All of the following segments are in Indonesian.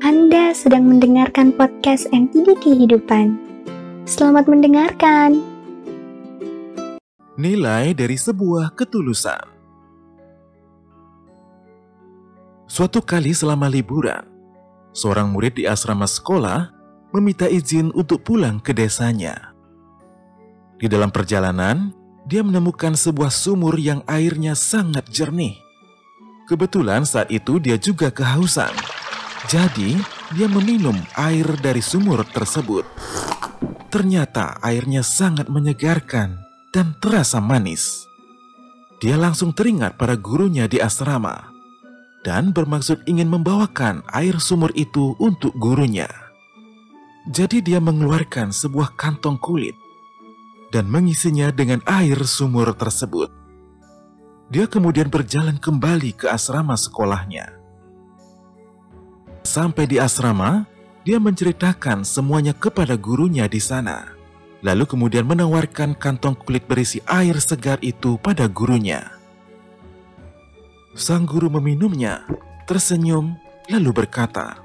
Anda sedang mendengarkan podcast MTD Kehidupan. Selamat mendengarkan. Nilai dari sebuah ketulusan. Suatu kali selama liburan, seorang murid di asrama sekolah meminta izin untuk pulang ke desanya. Di dalam perjalanan, dia menemukan sebuah sumur yang airnya sangat jernih. Kebetulan saat itu dia juga kehausan. Jadi, dia meminum air dari sumur tersebut. Ternyata airnya sangat menyegarkan dan terasa manis. Dia langsung teringat pada gurunya di asrama dan bermaksud ingin membawakan air sumur itu untuk gurunya. Jadi dia mengeluarkan sebuah kantong kulit dan mengisinya dengan air sumur tersebut. Dia kemudian berjalan kembali ke asrama sekolahnya. Sampai di asrama, dia menceritakan semuanya kepada gurunya di sana. Lalu kemudian menawarkan kantong kulit berisi air segar itu pada gurunya. Sang guru meminumnya, tersenyum, lalu berkata,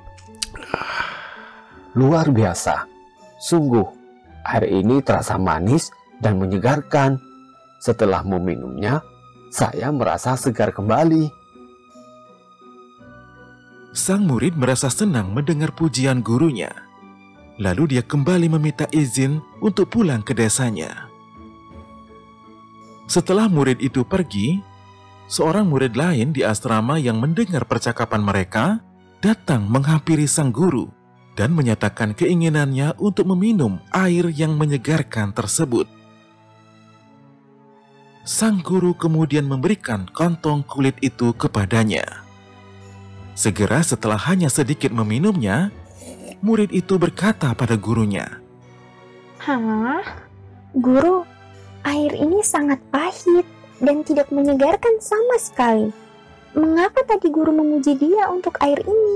"Luar biasa, sungguh air ini terasa manis dan menyegarkan. Setelah meminumnya, saya merasa segar kembali." Sang murid merasa senang mendengar pujian gurunya. Lalu dia kembali meminta izin untuk pulang ke desanya. Setelah murid itu pergi, seorang murid lain di asrama yang mendengar percakapan mereka datang menghampiri sang guru dan menyatakan keinginannya untuk meminum air yang menyegarkan tersebut. Sang guru kemudian memberikan kantong kulit itu kepadanya. Segera setelah hanya sedikit meminumnya, murid itu berkata pada gurunya, Hah? Guru, air ini sangat pahit dan tidak menyegarkan sama sekali. Mengapa tadi guru memuji dia untuk air ini?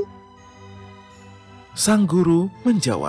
Sang guru menjawab,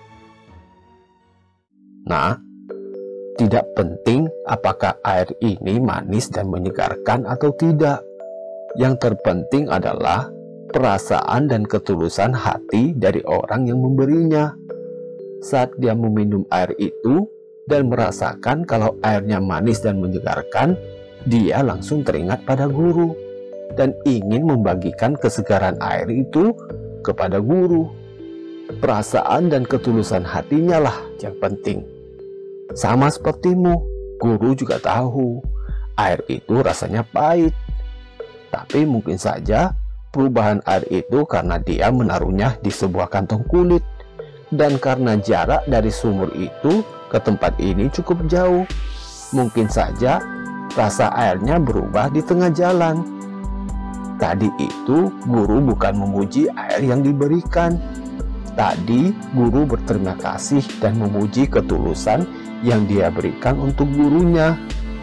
"Nah, tidak penting apakah air ini manis dan menyegarkan atau tidak. Yang terpenting adalah perasaan dan ketulusan hati dari orang yang memberinya. Saat dia meminum air itu dan merasakan kalau airnya manis dan menyegarkan, dia langsung teringat pada guru dan ingin membagikan kesegaran air itu kepada guru. Perasaan dan ketulusan hatinya lah yang penting. Sama sepertimu, guru juga tahu air itu rasanya pahit. Tapi mungkin saja perubahan air itu karena dia menaruhnya di sebuah kantong kulit. Dan karena jarak dari sumur itu ke tempat ini cukup jauh. Mungkin saja rasa airnya berubah di tengah jalan. Tadi itu guru bukan memuji air yang diberikan. Tadi guru berterima kasih dan memuji ketulusan yang dia berikan untuk gurunya."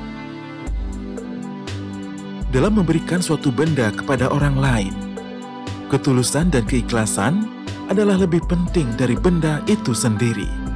dalam memberikan suatu benda kepada orang lain, ketulusan dan keikhlasan adalah lebih penting dari benda itu sendiri.